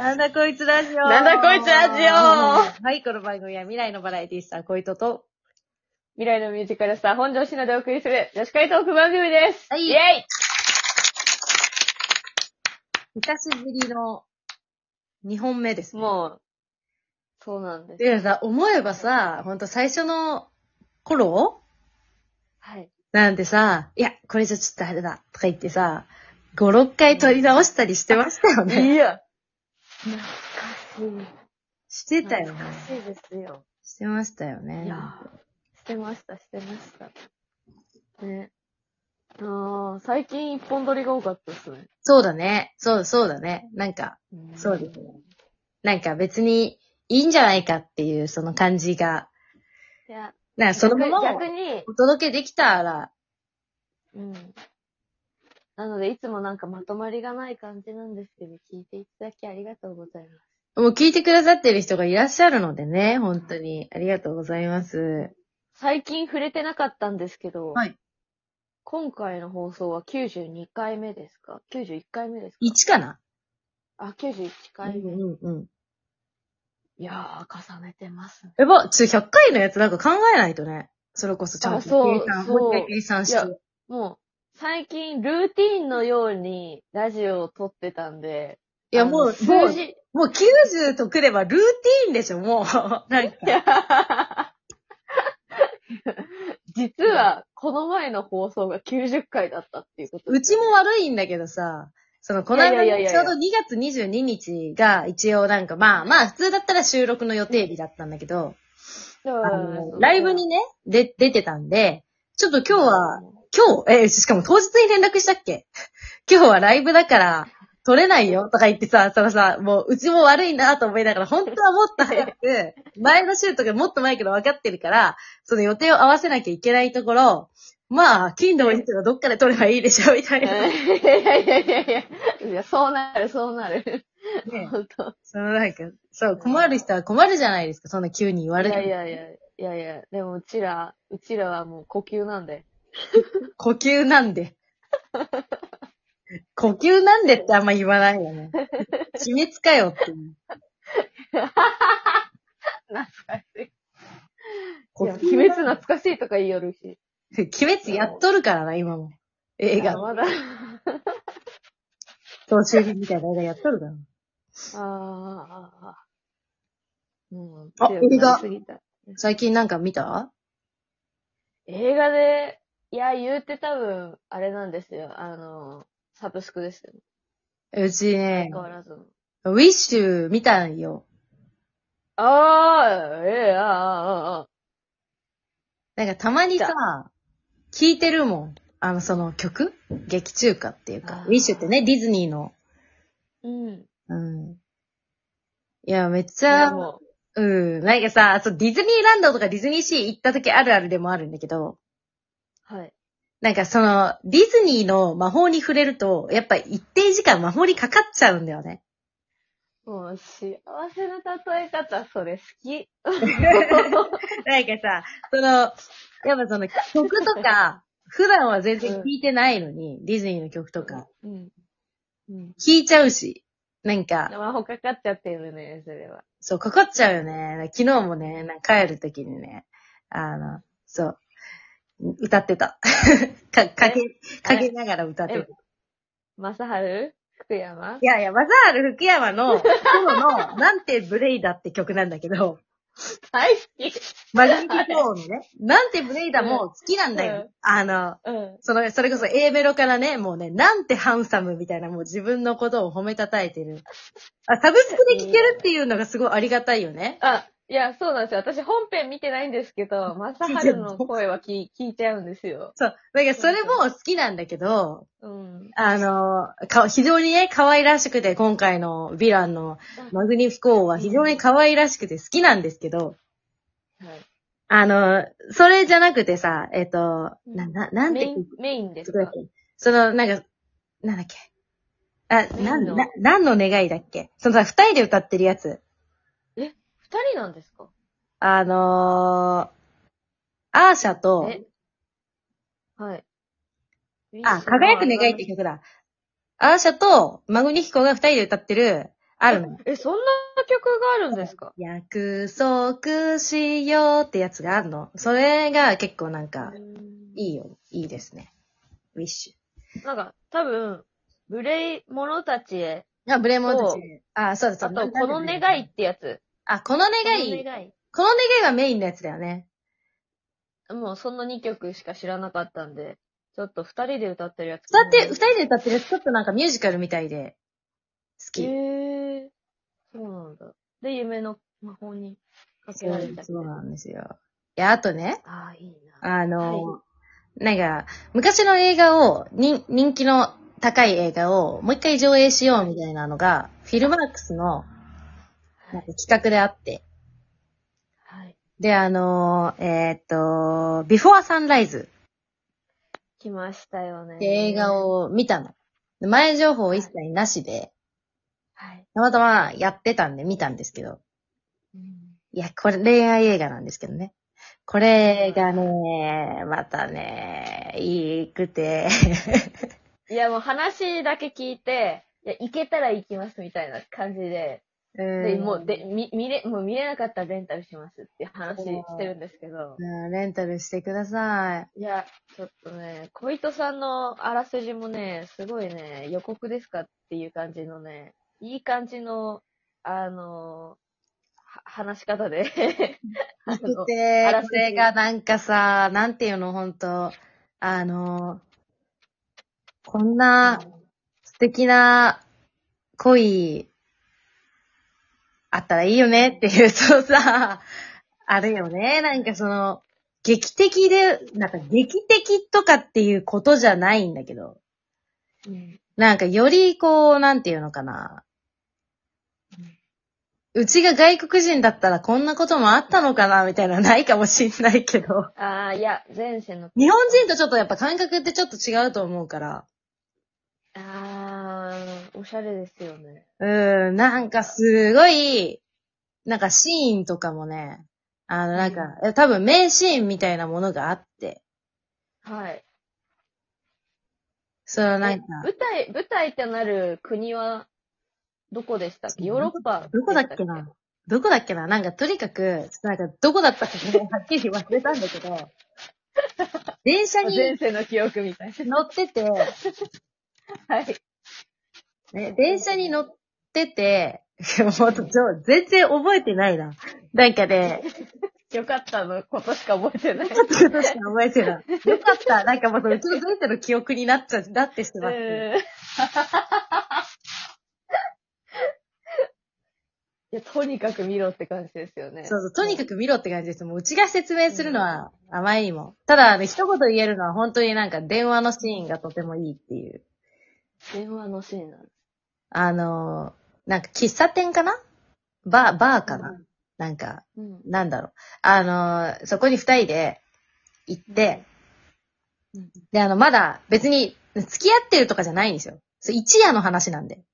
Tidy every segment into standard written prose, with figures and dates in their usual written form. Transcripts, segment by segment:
なんだこいつラジオ。 なんだこいつラジオ。 はい、この番組は未来のバラエティスター、小糸と、 未来のミュージカルスター、本庄しのでお送りする、女子会トーク番組です。 はいイェイ久しぶりの2本目ですね。 もう、そうなんです。 でもさ、思えばさ、ほんと最初の頃はい。 なんてさ、いや、これじゃちょっとあれだ、とか言ってさ、5、6回撮り直したりしてましたよね。 いや、懐かしい。 してたよね。 懐かしいですよ。 してましたよね。 いやー、してました。ね。最近一本撮りが多かったですね。 そうだね。そうだね。なんか、そうですね。なんか別にいいんじゃないかっていうその感じが、 いや、 なんかそのまま逆に、 お届けできたら、 うん。なので、いつもなんかまとまりがない感じなんですけど、聞いていただきありがとうございます。 もう聞いてくださってる人がいらっしゃるのでね、本当にありがとうございます。 最近触れてなかったんですけど、 はい。 今回の放送は92回目ですか ?91 回目ですか 1かな。 91回目。 うん。 いやー、重ねてますね。 やば、100回のやつなんか考えないとね。それこそちゃんとそう、 もう一回計算しいや、 て。 もう、最近ルーティーンのようにラジオを撮ってたんで、 いや、もう数字、 もう90とくればルーティーンでしょ、もう。なんか。 いや実は、この前の放送が90回だったっていうことうちも悪いんだけどさ、この間いやちょうど2月22日が一応なんかまあ普通だったら収録の予定日だったんだけど、ライブにね、出てたんで、ちょっと今日、しかも当日に連絡したっけ今日はライブだから撮れないよとか言ってさ、もううちも悪いなと思いながら、本当はもっと早く、前の週とかもっと前から分かってるから、その予定を合わせなきゃいけないところ、まあ、金土日がどっかで撮ればいいでしょ、みたいな。 いや、そうなる。 ね、 本当。 困る人は困るじゃないですか、そんな急に言われて。 いや、でもうちらはもう呼吸なんで。 呼吸なんで。呼吸なんでってあんま言わないよね。死滅かよっていう。 懐かしい。いや、鬼滅懐かしいとか言いよるし。 鬼滅やっとるからな、今も。映画。 まだ。 総集編みたいな映画やっとるから。 もう、 映画すぎた。 最近なんか見た？ 映画で、いや、言うて多分、あれなんですよ。サブスクですよ。 うちね相、変わらずの。 ウィッシュ見たんよ。なんかたまにさ、聞いてるもん。その曲劇中歌っていうか。ウィッシュってね、ディズニーの。 うん。 いや、めっちゃ、なんかさ、ディズニーランドとかディズニーシー行った時あるあるでもあるんだけど、 はい。 なんかディズニーの魔法に触れると、やっぱ一定時間魔法にかかっちゃうんだよね。 もう、幸せな例え方、それ好き。 なんかさ、やっぱ曲とか、普段は全然聴いてないのに、ディズニーの曲とか、聴いちゃうし、なんか、 魔法かかっちゃってるね、それは。 そう、かかっちゃうよね。昨日もね、帰るときにね、そう、歌ってた。かけながら歌ってた。 正春福山いや、正春福山の、頃の、なんてブレイダって曲なんだけど、 大好き。 マグニフィコーのね、なんてブレイダも好きなんだよ。それこそ A メロからね、もうね、なんてハンサムみたいな、もう自分のことを褒めたたえてる。サブスクで聴けるっていうのがすごいありがたいよね。 いや、そうなんですよ。私本編見てないんですけど、正春の声は聞いちゃうんですよ。 そう。だからそれも好きなんだけど、 うん。 非常にね、可愛らしくて、今回のヴィランのマグニフィコーは非常に可愛らしくて好きなんですけど、 はい。 それじゃなくてさ、なんてメインですか？ なんだっけ。何の願いだっけ？二人で歌ってるやつ。 二人なんですか？ アーシャと、 はい。 輝く願いって曲だ。アーシャとマグニフィコが二人で歌ってる、 あるの。 そんな曲があるんですか？ 約束しようってやつがあるの。それが結構なんか、いいよ。いいですね。ウィッシなんか、多分、無礼者たちへ。 ブレモンたち。そうです。 あと、この願いってやつ。 この願い。この願いがメインのやつだよね。 もうその2曲しか知らなかったんで、ちょっと2人で歌ってるやつ。 二人で歌ってるやつ、ちょっとなんかミュージカルみたいで、好き。 そうなんだ。で、夢の魔法にかけられた。 そうなんですよ。いや、あとね。 いいな。 なんか、昔の映画を、人気の高い映画をもう一回上映しようみたいなのが、フィルマークスの、なんか企画であって。 はい。 で、ビフォーサンライズ。 来ましたよね。 映画を見たの。前情報一切なしで、 はい。 たまたまやってたんで見たんですけど。いや、これ恋愛映画なんですけどね。これがね、またね、いいくて。 いや、もう話だけ聞いて、いや、行けたら行きますみたいな感じで、で、もう、もう見れなかったらレンタルしますって話してるんですけど。 レンタルしてください。いや、ちょっとね、小糸さんのあらすじもね、すごいね、予告ですかっていう感じのね、いい感じの、話し方で。 いくて、これがなんかさ、なんていうの、ほんと、こんな素敵な恋、あったらいいよねっていうとさ、あるよね。なんかその、劇的で、なんか劇的とかっていうことじゃないんだけど、なんかよりこう、なんていうのかな。うちが外国人だったらこんなこともあったのかなみたいなのないかもしんないけど。 いや、前世の。 日本人とちょっとやっぱ感覚ってちょっと違うと思うから。 おしゃれですよね。 なんかすごい、なんかシーンとかもね、なんか、多分名シーンみたいなものがあって。 はい。 なんか。 舞台ってなる国は、どこでしたっけ？ヨーロッパ。 どこだっけななんかとにかく、なんかどこだったかね、はっきり忘れたんだけど、電車に前世の記憶みたい乗ってて、 はい。 ね、電車に乗ってて、もう全然覚えてないな。なんかね、 よかったのことしか覚えてない。 よかったことしか覚えてない。よかった。なんかもううちの前世の記憶になってしまって。 いや、とにかく見ろって感じですよね。 そう、とにかく見ろって感じです。もううちが説明するのはあまりにも。ただ、一言言えるのは本当になんか電話のシーンがとてもいいっていう。 電話のシーンなんです。 なんか喫茶店かなバーかな、なんか、なんだろう。そこに二人で行って、で、まだ別に付き合ってるとかじゃないんですよ。一夜の話なんで。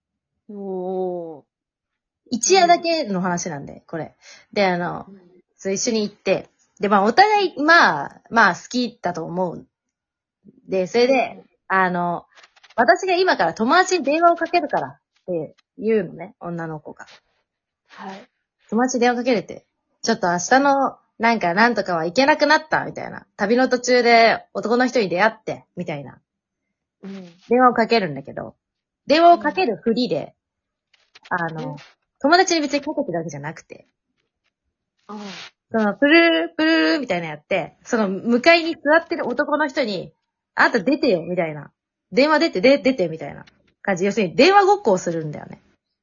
一夜だけの話なんで、これ。で、一緒に行って、で、お互い、まあ、好きだと思う。で、それで、私が今から友達に電話をかけるからって言うのね、女の子が。 はい。 友達に電話かけるって。ちょっと明日の、なんとかは行けなくなった、みたいな。旅の途中で男の人に出会って、みたいな。電話をかけるんだけど、電話をかけるふりで、友達に別にかけてるわけじゃなくて、プルー、プルーみたいなやって、向かいに座ってる男の人に、あんた出てよ、みたいな。電話出て、みたいな感じ。要するに電話ごっこをするんだよね。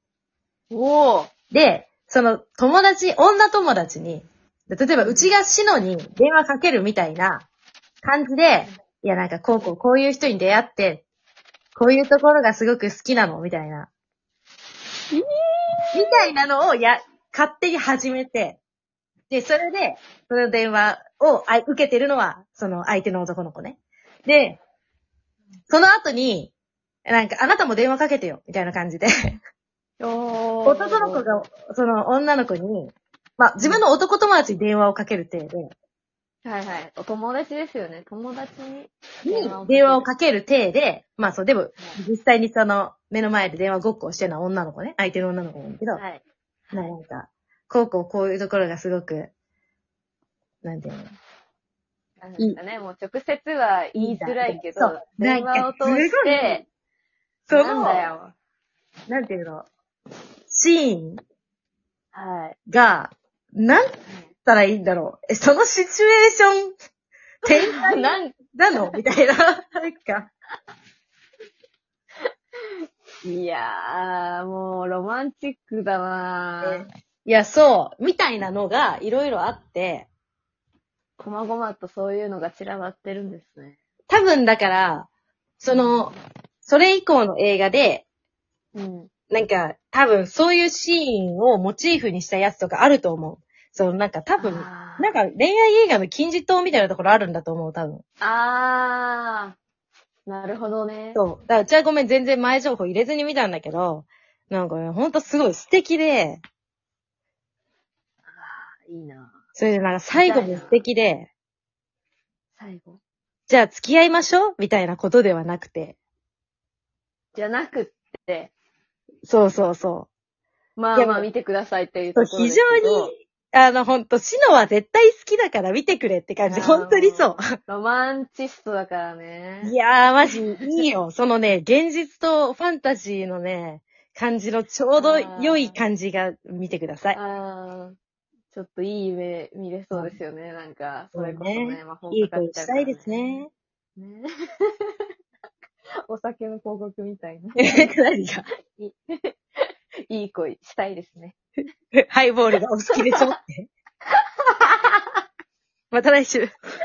で、女友達に、例えばうちがシノに電話かけるみたいな感じで、いやなんかこういう人に出会って、こういうところがすごく好きなのみたいな。みたいなのを勝手に始めて、で、それで、その電話を受けてるのは、その相手の男の子ね。で、その後に、なんかあなたも電話かけてよ、みたいな感じで。男の子が、その女の子に、自分の男友達に電話をかける体で、 はいはい。お友達ですよね。友達に電話をかける体で、まあそう、でも、実際にその、目の前で電話ごっこをしてるのは女の子ね。相手の女の子なんだけど、 はい。 なんか、こういうところがすごく、なんていうの、 なんですかね。もう直接は言いづらいけど、電話を通しなんて、 そなんだの、 よ。 なんていうの、シーンはい。 が、なんつったらいいんだろう。そのシチュエーション、展開なのみたいな。なんか。 いやー、もうロマンチックだなー。 いや、そう、みたいなのがいろいろあって、 こまごまとそういうのが散らばってるんですね。 多分だから、それ以降の映画で、 うん。 なんか、多分そういうシーンをモチーフにしたやつとかあると思う。なんか多分、なんか恋愛映画の金字塔みたいなところあるんだと思う、多分。 なるほどね。 そう。だからうちはごめん、全然前情報入れずに見たんだけど、なんかね、ほんとすごい素敵で、 いいな。 それでなんか最後も素敵で、 最後じゃあ付き合いましょうみたいなことではなくて。 じゃなくって、 そうそうそう。 まあまあ見てくださいっていうところ非ですけ常ど。 に、ほんと、シノは絶対好きだから見てくれって感じ。本当にそう。 ロマンチストだからね。 いやー、マジいいよ。そのね、現実とファンタジーのね、感じのちょうど良い感じが見てください。 ちょっといい夢見れそうですよね。なんか、それこそね、魔法いいかかっちゃうから、ね。 声したいですね。 ねお酒の広告みたいな。 何がいい恋したいですね。 ハイボールがお好きでしょって。また来週。